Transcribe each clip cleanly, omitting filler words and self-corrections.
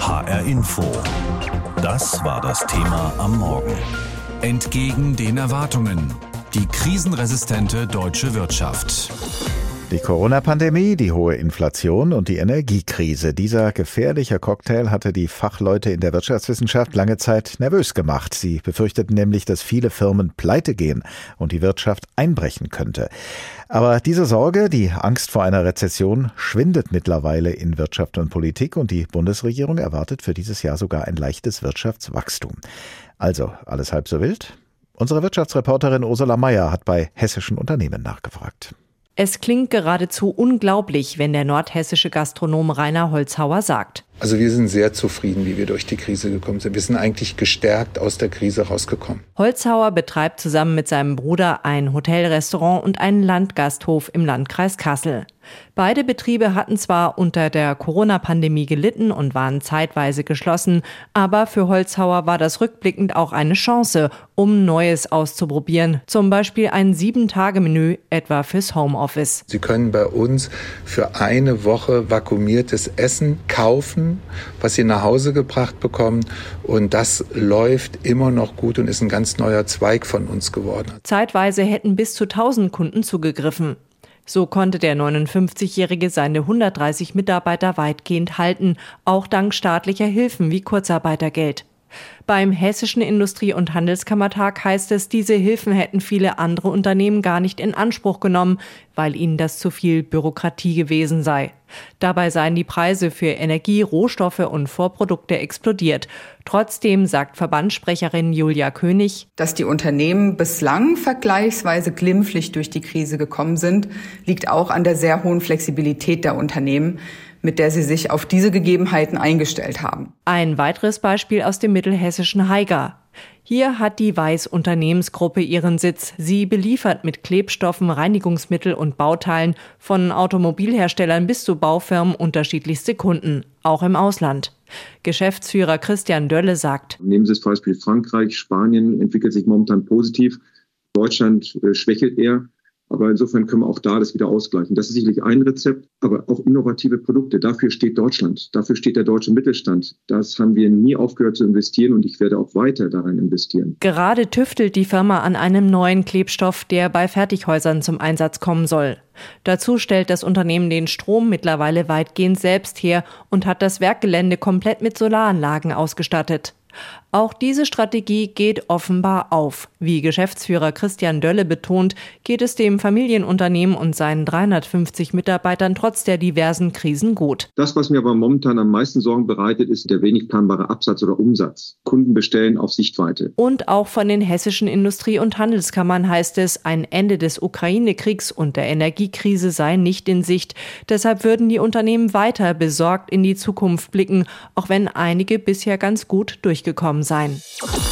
HR Info. Das war das Thema am Morgen. Entgegen den Erwartungen. Die krisenresistente deutsche Wirtschaft. Die Corona-Pandemie, die hohe Inflation und die Energiekrise. Dieser gefährliche Cocktail hatte die Fachleute in der Wirtschaftswissenschaft lange Zeit nervös gemacht. Sie befürchteten nämlich, dass viele Firmen pleite gehen und die Wirtschaft einbrechen könnte. Aber diese Sorge, die Angst vor einer Rezession, schwindet mittlerweile in Wirtschaft und Politik und die Bundesregierung erwartet für dieses Jahr sogar ein leichtes Wirtschaftswachstum. Also, alles halb so wild? Unsere Wirtschaftsreporterin Ursula Mayer hat bei hessischen Unternehmen nachgefragt. Es klingt geradezu unglaublich, wenn der nordhessische Gastronom Rainer Holzhauer sagt: Also wir sind sehr zufrieden, wie wir durch die Krise gekommen sind. Wir sind eigentlich gestärkt aus der Krise rausgekommen. Holzhauer betreibt zusammen mit seinem Bruder ein Hotelrestaurant und einen Landgasthof im Landkreis Kassel. Beide Betriebe hatten zwar unter der Corona-Pandemie gelitten und waren zeitweise geschlossen, aber für Holzhauer war das rückblickend auch eine Chance, um Neues auszuprobieren. Zum Beispiel ein 7-Tage-Menü, etwa fürs Homeoffice. Sie können bei uns für eine Woche vakuumiertes Essen kaufen, was Sie nach Hause gebracht bekommen. Und das läuft immer noch gut und ist ein ganz neuer Zweig von uns geworden. Zeitweise hätten bis zu 1000 Kunden zugegriffen. So konnte der 59-Jährige seine 130 Mitarbeiter weitgehend halten, auch dank staatlicher Hilfen wie Kurzarbeitergeld. Beim Hessischen Industrie- und Handelskammertag heißt es, diese Hilfen hätten viele andere Unternehmen gar nicht in Anspruch genommen, weil ihnen das zu viel Bürokratie gewesen sei. Dabei seien die Preise für Energie, Rohstoffe und Vorprodukte explodiert. Trotzdem sagt Verbandssprecherin Julia König: Dass die Unternehmen bislang vergleichsweise glimpflich durch die Krise gekommen sind, liegt auch an der sehr hohen Flexibilität der Unternehmen, mit der sie sich auf diese Gegebenheiten eingestellt haben. Ein weiteres Beispiel aus dem mittelhessischen Haiger. Hier hat die Weiß Unternehmensgruppe ihren Sitz. Sie beliefert mit Klebstoffen, Reinigungsmittel und Bauteilen von Automobilherstellern bis zu Baufirmen unterschiedlichste Kunden, auch im Ausland. Geschäftsführer Christian Dölle sagt: Nehmen Sie das Beispiel Frankreich, Spanien entwickelt sich momentan positiv, Deutschland schwächelt eher. Aber insofern können wir auch da das wieder ausgleichen. Das ist sicherlich ein Rezept, aber auch innovative Produkte. Dafür steht Deutschland, dafür steht der deutsche Mittelstand. Das haben wir nie aufgehört zu investieren und ich werde auch weiter daran investieren. Gerade tüftelt die Firma an einem neuen Klebstoff, der bei Fertighäusern zum Einsatz kommen soll. Dazu stellt das Unternehmen den Strom mittlerweile weitgehend selbst her und hat das Werkgelände komplett mit Solaranlagen ausgestattet. Auch diese Strategie geht offenbar auf. Wie Geschäftsführer Christian Dölle betont, geht es dem Familienunternehmen und seinen 350 Mitarbeitern trotz der diversen Krisen gut. Das, was mir aber momentan am meisten Sorgen bereitet, ist der wenig planbare Absatz oder Umsatz. Kunden bestellen auf Sichtweite. Und auch von den hessischen Industrie- und Handelskammern heißt es, ein Ende des Ukraine-Kriegs und der Energiekrise sei nicht in Sicht. Deshalb würden die Unternehmen weiter besorgt in die Zukunft blicken, auch wenn einige bisher ganz gut durchgekommen seien.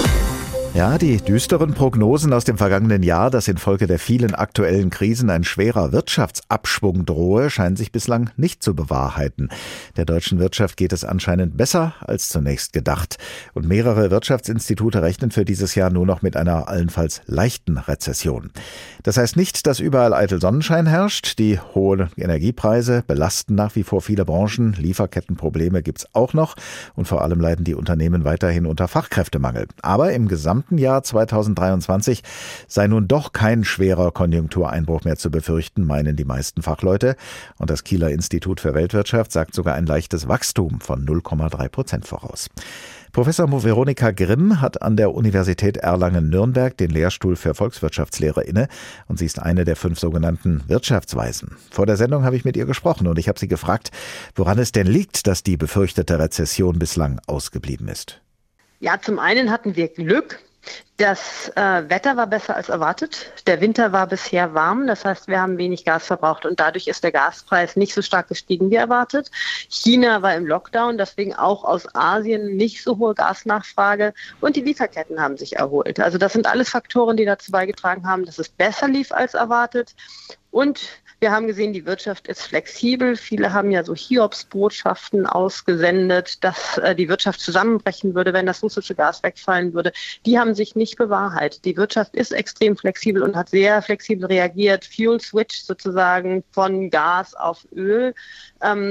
Ja, die düsteren Prognosen aus dem vergangenen Jahr, dass infolge der vielen aktuellen Krisen ein schwerer Wirtschaftsabschwung drohe, scheinen sich bislang nicht zu bewahrheiten. Der deutschen Wirtschaft geht es anscheinend besser als zunächst gedacht. Und mehrere Wirtschaftsinstitute rechnen für dieses Jahr nur noch mit einer allenfalls leichten Rezession. Das heißt nicht, dass überall eitel Sonnenschein herrscht. Die hohen Energiepreise belasten nach wie vor viele Branchen. Lieferkettenprobleme gibt's auch noch. Und vor allem leiden die Unternehmen weiterhin unter Fachkräftemangel. Aber im gesamten Jahr 2023 sei nun doch kein schwerer Konjunktureinbruch mehr zu befürchten, meinen die meisten Fachleute. Und das Kieler Institut für Weltwirtschaft sagt sogar ein leichtes Wachstum von 0,3% voraus. Professor Veronika Grimm hat an der Universität Erlangen-Nürnberg den Lehrstuhl für Volkswirtschaftslehre inne und sie ist eine der 5 sogenannten Wirtschaftsweisen. Vor der Sendung habe ich mit ihr gesprochen und ich habe sie gefragt, woran es denn liegt, dass die befürchtete Rezession bislang ausgeblieben ist. Ja, zum einen hatten wir Glück. Das Wetter war besser als erwartet. Der Winter war bisher warm, das heißt, wir haben wenig Gas verbraucht und dadurch ist der Gaspreis nicht so stark gestiegen wie erwartet. China war im Lockdown, deswegen auch aus Asien nicht so hohe Gasnachfrage und die Lieferketten haben sich erholt. Also das sind alles Faktoren, die dazu beigetragen haben, dass es besser lief als erwartet. Und wir haben gesehen, die Wirtschaft ist flexibel. Viele haben ja so Hiobsbotschaften ausgesendet, dass die Wirtschaft zusammenbrechen würde, wenn das russische Gas wegfallen würde. Die haben sich nicht bewahrheitet. Die Wirtschaft ist extrem flexibel und hat sehr flexibel reagiert. Fuel Switch sozusagen von Gas auf Öl.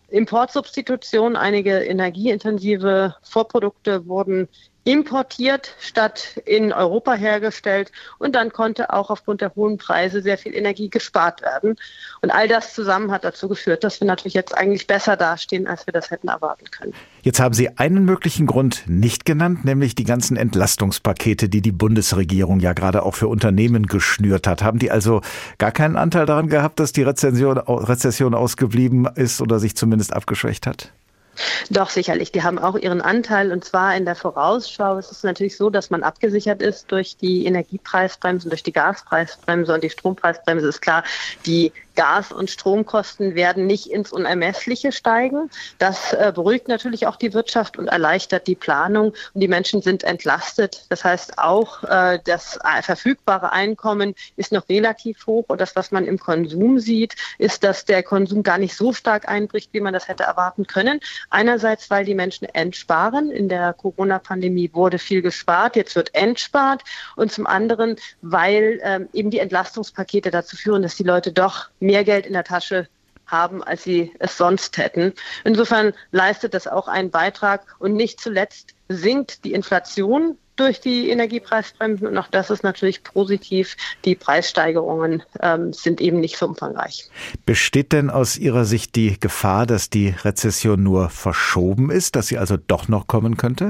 Importsubstitution, einige energieintensive Vorprodukte wurden importiert statt in Europa hergestellt und dann konnte auch aufgrund der hohen Preise sehr viel Energie gespart werden. Und all das zusammen hat dazu geführt, dass wir natürlich jetzt eigentlich besser dastehen, als wir das hätten erwarten können. Jetzt haben Sie einen möglichen Grund nicht genannt, nämlich die ganzen Entlastungspakete, die die Bundesregierung ja gerade auch für Unternehmen geschnürt hat. Haben die also gar keinen Anteil daran gehabt, dass die Rezession ausgeblieben ist oder sich zumindest abgeschwächt hat? Doch, sicherlich. Die haben auch ihren Anteil, und zwar in der Vorausschau. Es ist natürlich so, dass man abgesichert ist durch die Energiepreisbremse, durch die Gaspreisbremse und die Strompreisbremse. Ist klar, die Gas- und Stromkosten werden nicht ins Unermessliche steigen. Das beruhigt natürlich auch die Wirtschaft und erleichtert die Planung. Und die Menschen sind entlastet. Das heißt auch, das verfügbare Einkommen ist noch relativ hoch. Und das, was man im Konsum sieht, ist, dass der Konsum gar nicht so stark einbricht, wie man das hätte erwarten können. Einerseits, weil die Menschen entsparen. In der Corona-Pandemie wurde viel gespart. Jetzt wird entspart. Und zum anderen, weil eben die Entlastungspakete dazu führen, dass die Leute doch mehr Geld in der Tasche haben, als sie es sonst hätten. Insofern leistet das auch einen Beitrag und nicht zuletzt sinkt die Inflation durch die Energiepreisbremsen und auch das ist natürlich positiv. Die Preissteigerungen sind eben nicht so umfangreich. Besteht denn aus Ihrer Sicht die Gefahr, dass die Rezession nur verschoben ist, dass sie also doch noch kommen könnte?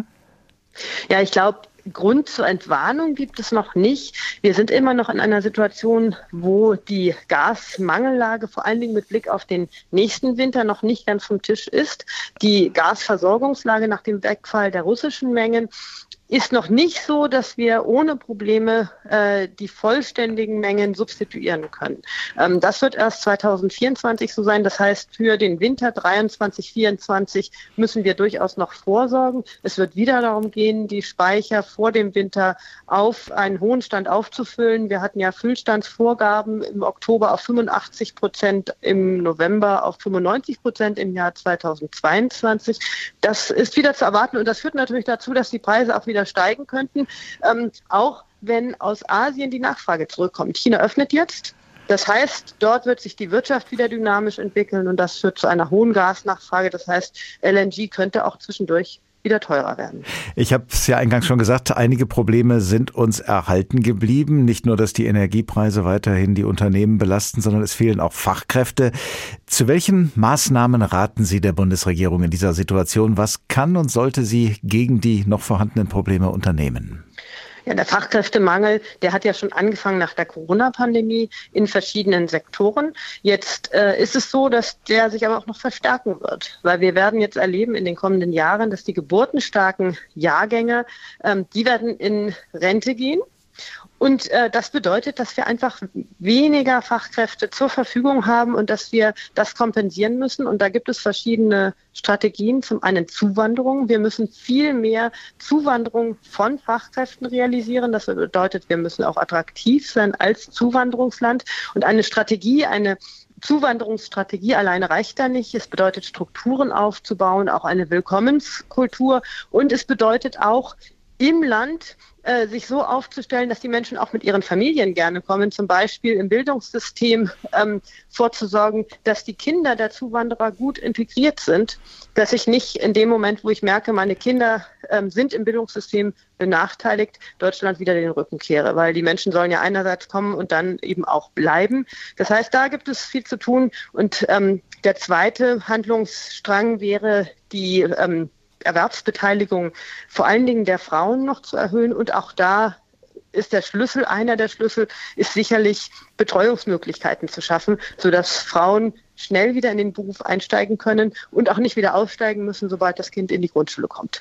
Ja, ich glaube, Grund zur Entwarnung gibt es noch nicht. Wir sind immer noch in einer Situation, wo die Gasmangellage vor allen Dingen mit Blick auf den nächsten Winter noch nicht ganz vom Tisch ist. Die Gasversorgungslage nach dem Wegfall der russischen Mengen ist noch nicht so, dass wir ohne Probleme die vollständigen Mengen substituieren können. Das wird erst 2024 so sein. Das heißt, für den Winter 23, 24 müssen wir durchaus noch vorsorgen. Es wird wieder darum gehen, die Speicher vor dem Winter auf einen hohen Stand aufzufüllen. Wir hatten ja Füllstandsvorgaben im Oktober auf 85%, im November auf 95% im Jahr 2022. Das ist wieder zu erwarten und das führt natürlich dazu, dass die Preise auch wieder steigen könnten, auch wenn aus Asien die Nachfrage zurückkommt. China öffnet jetzt. Das heißt, dort wird sich die Wirtschaft wieder dynamisch entwickeln und das führt zu einer hohen Gasnachfrage. Das heißt, LNG könnte auch zwischendurch wieder teurer werden. Ich habe es ja eingangs schon gesagt, einige Probleme sind uns erhalten geblieben. Nicht nur, dass die Energiepreise weiterhin die Unternehmen belasten, sondern es fehlen auch Fachkräfte. Zu welchen Maßnahmen raten Sie der Bundesregierung in dieser Situation? Was kann und sollte sie gegen die noch vorhandenen Probleme unternehmen? Ja, der Fachkräftemangel, der hat ja schon angefangen nach der Corona-Pandemie in verschiedenen Sektoren. Jetzt ist es so, dass der sich aber auch noch verstärken wird, weil wir werden jetzt erleben in den kommenden Jahren, dass die geburtenstarken Jahrgänge, die werden in Rente gehen. Und das bedeutet, dass wir einfach weniger Fachkräfte zur Verfügung haben und dass wir das kompensieren müssen. Und da gibt es verschiedene Strategien. Zum einen Zuwanderung. Wir müssen viel mehr Zuwanderung von Fachkräften realisieren. Das bedeutet, wir müssen auch attraktiv sein als Zuwanderungsland. Und eine Strategie, eine Zuwanderungsstrategie alleine reicht da nicht. Es bedeutet, Strukturen aufzubauen, auch eine Willkommenskultur. Und es bedeutet auch, im Land sich so aufzustellen, dass die Menschen auch mit ihren Familien gerne kommen, zum Beispiel im Bildungssystem vorzusorgen, dass die Kinder der Zuwanderer gut integriert sind, dass ich nicht in dem Moment, wo ich merke, meine Kinder sind im Bildungssystem benachteiligt, Deutschland wieder den Rücken kehre, weil die Menschen sollen ja einerseits kommen und dann eben auch bleiben. Das heißt, da gibt es viel zu tun und der zweite Handlungsstrang wäre die Erwerbsbeteiligung vor allen Dingen der Frauen noch zu erhöhen. Und auch da ist einer der Schlüssel ist sicherlich Betreuungsmöglichkeiten zu schaffen, sodass Frauen schnell wieder in den Beruf einsteigen können und auch nicht wieder aussteigen müssen, sobald das Kind in die Grundschule kommt.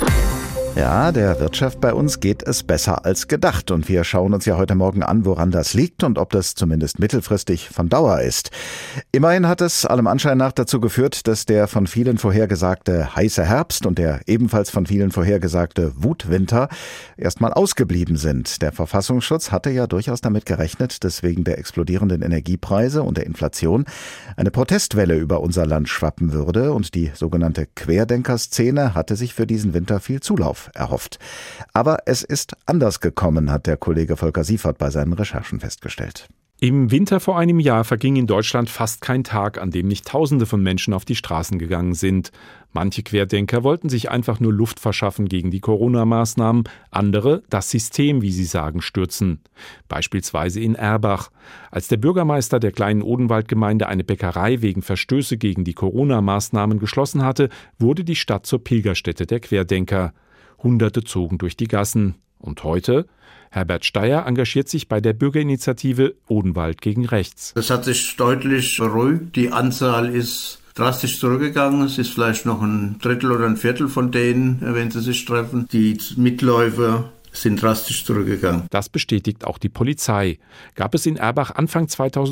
Ja, der Wirtschaft bei uns geht es besser als gedacht. Und wir schauen uns ja heute Morgen an, woran das liegt und ob das zumindest mittelfristig von Dauer ist. Immerhin hat es allem Anschein nach dazu geführt, dass der von vielen vorhergesagte heiße Herbst und der ebenfalls von vielen vorhergesagte Wutwinter erstmal ausgeblieben sind. Der Verfassungsschutz hatte ja durchaus damit gerechnet, dass wegen der explodierenden Energiepreise und der Inflation eine Protestwelle über unser Land schwappen würde. Und die sogenannte Querdenkerszene hatte sich für diesen Winter viel Zulauf erhofft. Aber es ist anders gekommen, hat der Kollege Volker Siefert bei seinen Recherchen festgestellt. Im Winter vor einem Jahr verging in Deutschland fast kein Tag, an dem nicht Tausende von Menschen auf die Straßen gegangen sind. Manche Querdenker wollten sich einfach nur Luft verschaffen gegen die Corona-Maßnahmen, andere das System, wie sie sagen, stürzen. Beispielsweise in Erbach. Als der Bürgermeister der kleinen Odenwaldgemeinde eine Bäckerei wegen Verstöße gegen die Corona-Maßnahmen geschlossen hatte, wurde die Stadt zur Pilgerstätte der Querdenker. Hunderte zogen durch die Gassen. Und heute? Herbert Steyer engagiert sich bei der Bürgerinitiative Odenwald gegen Rechts. Das hat sich deutlich beruhigt. Die Anzahl ist drastisch zurückgegangen. Es ist vielleicht noch ein Drittel oder ein Viertel von denen, wenn sie sich treffen. Die Mitläufer sind drastisch zurückgegangen. Das bestätigt auch die Polizei. Gab es in Erbach Anfang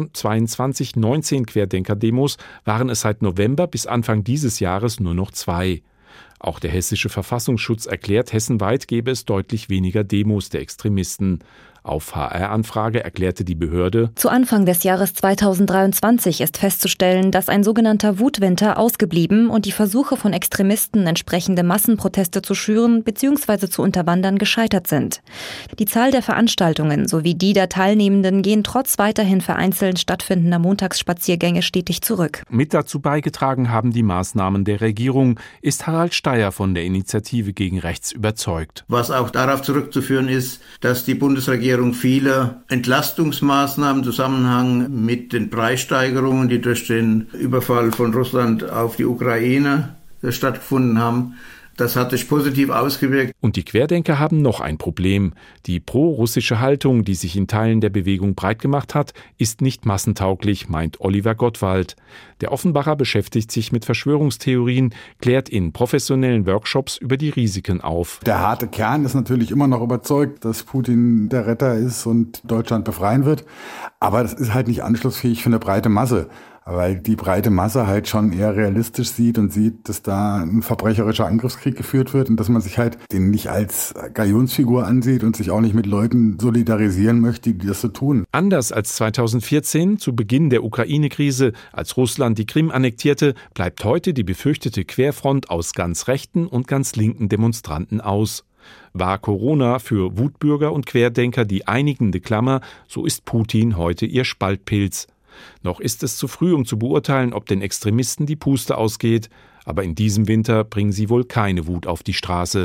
2022 19 Querdenker-Demos, waren es seit November bis Anfang dieses Jahres nur noch 2. Auch der hessische Verfassungsschutz erklärt, hessenweit gäbe es deutlich weniger Demos der Extremisten. Auf HR-Anfrage erklärte die Behörde: Zu Anfang des Jahres 2023 ist festzustellen, dass ein sogenannter Wutwinter ausgeblieben und die Versuche von Extremisten, entsprechende Massenproteste zu schüren bzw. zu unterwandern, gescheitert sind. Die Zahl der Veranstaltungen sowie die der Teilnehmenden gehen trotz weiterhin vereinzelt stattfindender Montagsspaziergänge stetig zurück. Mit dazu beigetragen haben die Maßnahmen der Regierung, ist Harald Steyer von der Initiative gegen Rechts überzeugt. Was auch darauf zurückzuführen ist, dass die Bundesregierung viele Entlastungsmaßnahmen im Zusammenhang mit den Preissteigerungen, die durch den Überfall von Russland auf die Ukraine stattgefunden haben, das hat sich positiv ausgewirkt. Und die Querdenker haben noch ein Problem. Die pro-russische Haltung, die sich in Teilen der Bewegung breit gemacht hat, ist nicht massentauglich, meint Oliver Gottwald. Der Offenbacher beschäftigt sich mit Verschwörungstheorien, klärt in professionellen Workshops über die Risiken auf. Der harte Kern ist natürlich immer noch überzeugt, dass Putin der Retter ist und Deutschland befreien wird. Aber das ist halt nicht anschlussfähig für eine breite Masse. Weil die breite Masse halt schon eher realistisch sieht und sieht, dass da ein verbrecherischer Angriffskrieg geführt wird und dass man sich halt den nicht als Galionsfigur ansieht und sich auch nicht mit Leuten solidarisieren möchte, die das so tun. Anders als 2014, zu Beginn der Ukraine-Krise, als Russland die Krim annektierte, bleibt heute die befürchtete Querfront aus ganz rechten und ganz linken Demonstranten aus. War Corona für Wutbürger und Querdenker die einigende Klammer, so ist Putin heute ihr Spaltpilz. Noch ist es zu früh, um zu beurteilen, ob den Extremisten die Puste ausgeht. Aber in diesem Winter bringen sie wohl keine Wut auf die Straße.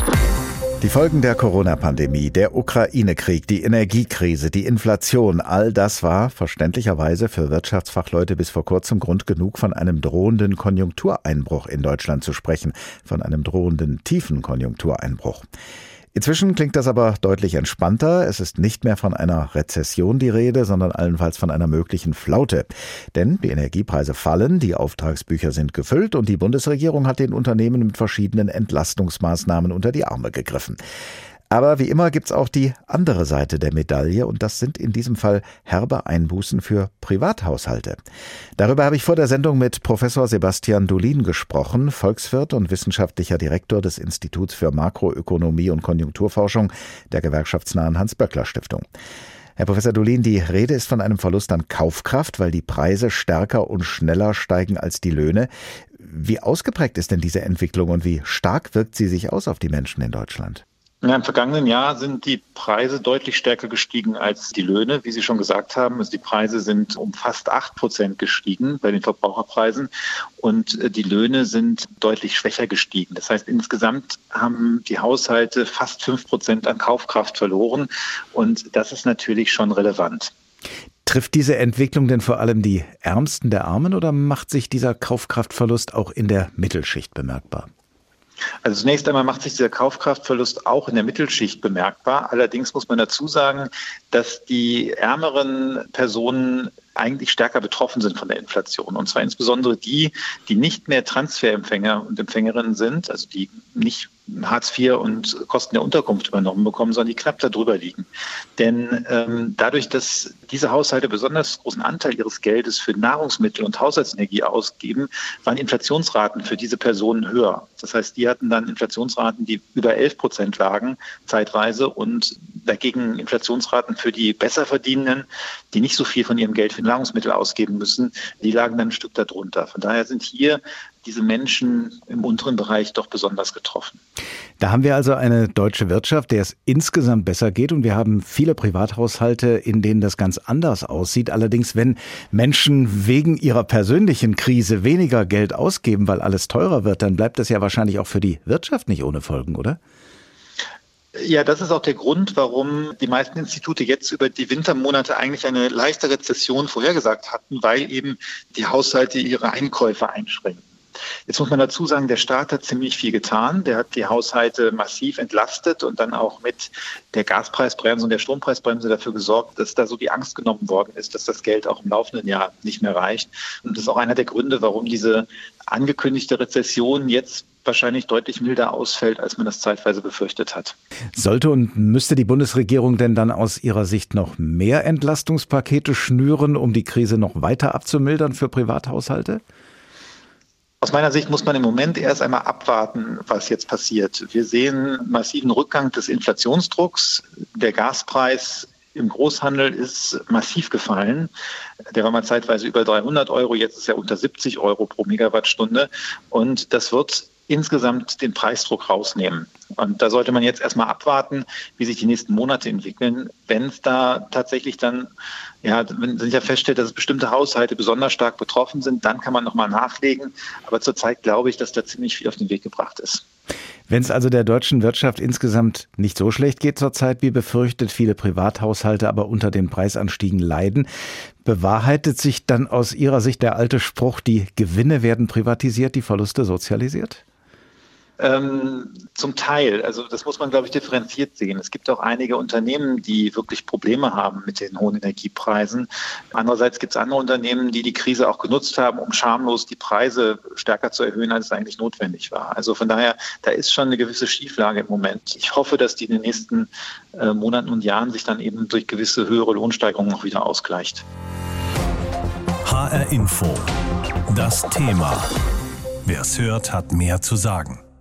Die Folgen der Corona-Pandemie, der Ukraine-Krieg, die Energiekrise, die Inflation, all das war verständlicherweise für Wirtschaftsfachleute bis vor kurzem Grund genug, von einem drohenden Konjunktureinbruch in Deutschland zu sprechen, von einem drohenden tiefen Konjunktureinbruch. Inzwischen klingt das aber deutlich entspannter. Es ist nicht mehr von einer Rezession die Rede, sondern allenfalls von einer möglichen Flaute. Denn die Energiepreise fallen, die Auftragsbücher sind gefüllt und die Bundesregierung hat den Unternehmen mit verschiedenen Entlastungsmaßnahmen unter die Arme gegriffen. Aber wie immer gibt's auch die andere Seite der Medaille und das sind in diesem Fall herbe Einbußen für Privathaushalte. Darüber habe ich vor der Sendung mit Professor Sebastian Dulin gesprochen, Volkswirt und wissenschaftlicher Direktor des Instituts für Makroökonomie und Konjunkturforschung der gewerkschaftsnahen Hans-Böckler-Stiftung. Herr Professor Dulin, die Rede ist von einem Verlust an Kaufkraft, weil die Preise stärker und schneller steigen als die Löhne. Wie ausgeprägt ist denn diese Entwicklung und wie stark wirkt sie sich aus auf die Menschen in Deutschland? Ja, im vergangenen Jahr sind die Preise deutlich stärker gestiegen als die Löhne. Wie Sie schon gesagt haben, also die Preise sind um fast 8% gestiegen bei den Verbraucherpreisen und die Löhne sind deutlich schwächer gestiegen. Das heißt, insgesamt haben die Haushalte fast 5% an Kaufkraft verloren und das ist natürlich schon relevant. Trifft diese Entwicklung denn vor allem die Ärmsten der Armen oder macht sich dieser Kaufkraftverlust auch in der Mittelschicht bemerkbar? Also zunächst einmal macht sich dieser Kaufkraftverlust auch in der Mittelschicht bemerkbar. Allerdings muss man dazu sagen, dass die ärmeren Personen eigentlich stärker betroffen sind von der Inflation. Und zwar insbesondere die nicht mehr Transferempfänger und Empfängerinnen sind, also die nicht Hartz IV und Kosten der Unterkunft übernommen bekommen, sondern die knapp darüber liegen. Denn dadurch, dass diese Haushalte besonders großen Anteil ihres Geldes für Nahrungsmittel und Haushaltsenergie ausgeben, waren Inflationsraten für diese Personen höher. Das heißt, die hatten dann Inflationsraten, die über 11% lagen zeitweise und dagegen Inflationsraten für die Besserverdienenden, die nicht so viel von ihrem Geld für Nahrungsmittel ausgeben müssen, die lagen dann ein Stück darunter. Von daher sind hier diese Menschen im unteren Bereich doch besonders getroffen. Da haben wir also eine deutsche Wirtschaft, der es insgesamt besser geht, und wir haben viele Privathaushalte, in denen das ganz anders aussieht. Allerdings, wenn Menschen wegen ihrer persönlichen Krise weniger Geld ausgeben, weil alles teurer wird, dann bleibt das ja wahrscheinlich auch für die Wirtschaft nicht ohne Folgen, oder? Ja, das ist auch der Grund, warum die meisten Institute jetzt über die Wintermonate eigentlich eine leichte Rezession vorhergesagt hatten, weil eben die Haushalte ihre Einkäufe einschränken. Jetzt muss man dazu sagen, der Staat hat ziemlich viel getan. Der hat die Haushalte massiv entlastet und dann auch mit der Gaspreisbremse und der Strompreisbremse dafür gesorgt, dass da so die Angst genommen worden ist, dass das Geld auch im laufenden Jahr nicht mehr reicht. Und das ist auch einer der Gründe, warum diese angekündigte Rezession jetzt wahrscheinlich deutlich milder ausfällt, als man das zeitweise befürchtet hat. Sollte und müsste die Bundesregierung denn dann aus Ihrer Sicht noch mehr Entlastungspakete schnüren, um die Krise noch weiter abzumildern für Privathaushalte? Aus meiner Sicht muss man im Moment erst einmal abwarten, was jetzt passiert. Wir sehen massiven Rückgang des Inflationsdrucks. Der Gaspreis im Großhandel ist massiv gefallen. Der war mal zeitweise über 300 €, jetzt ist er unter 70 € pro Megawattstunde. Und das wird insgesamt den Preisdruck rausnehmen. Und da sollte man jetzt erstmal abwarten, wie sich die nächsten Monate entwickeln. Wenn es da tatsächlich dann, wenn sich ja feststellt, dass bestimmte Haushalte besonders stark betroffen sind, dann kann man nochmal nachlegen. Aber zurzeit glaube ich, dass da ziemlich viel auf den Weg gebracht ist. Wenn es also der deutschen Wirtschaft insgesamt nicht so schlecht geht zurzeit, wie befürchtet, viele Privathaushalte aber unter den Preisanstiegen leiden, bewahrheitet sich dann aus Ihrer Sicht der alte Spruch, die Gewinne werden privatisiert, die Verluste sozialisiert? Zum Teil. Also das muss man, glaube ich, differenziert sehen. Es gibt auch einige Unternehmen, die wirklich Probleme haben mit den hohen Energiepreisen. Andererseits gibt es andere Unternehmen, die die Krise auch genutzt haben, um schamlos die Preise stärker zu erhöhen, als es eigentlich notwendig war. Also von daher, da ist schon eine gewisse Schieflage im Moment. Ich hoffe, dass die in den nächsten Monaten und Jahren sich dann eben durch gewisse höhere Lohnsteigerungen auch wieder ausgleicht. HR Info. Das Thema. Wer es hört, hat mehr zu sagen.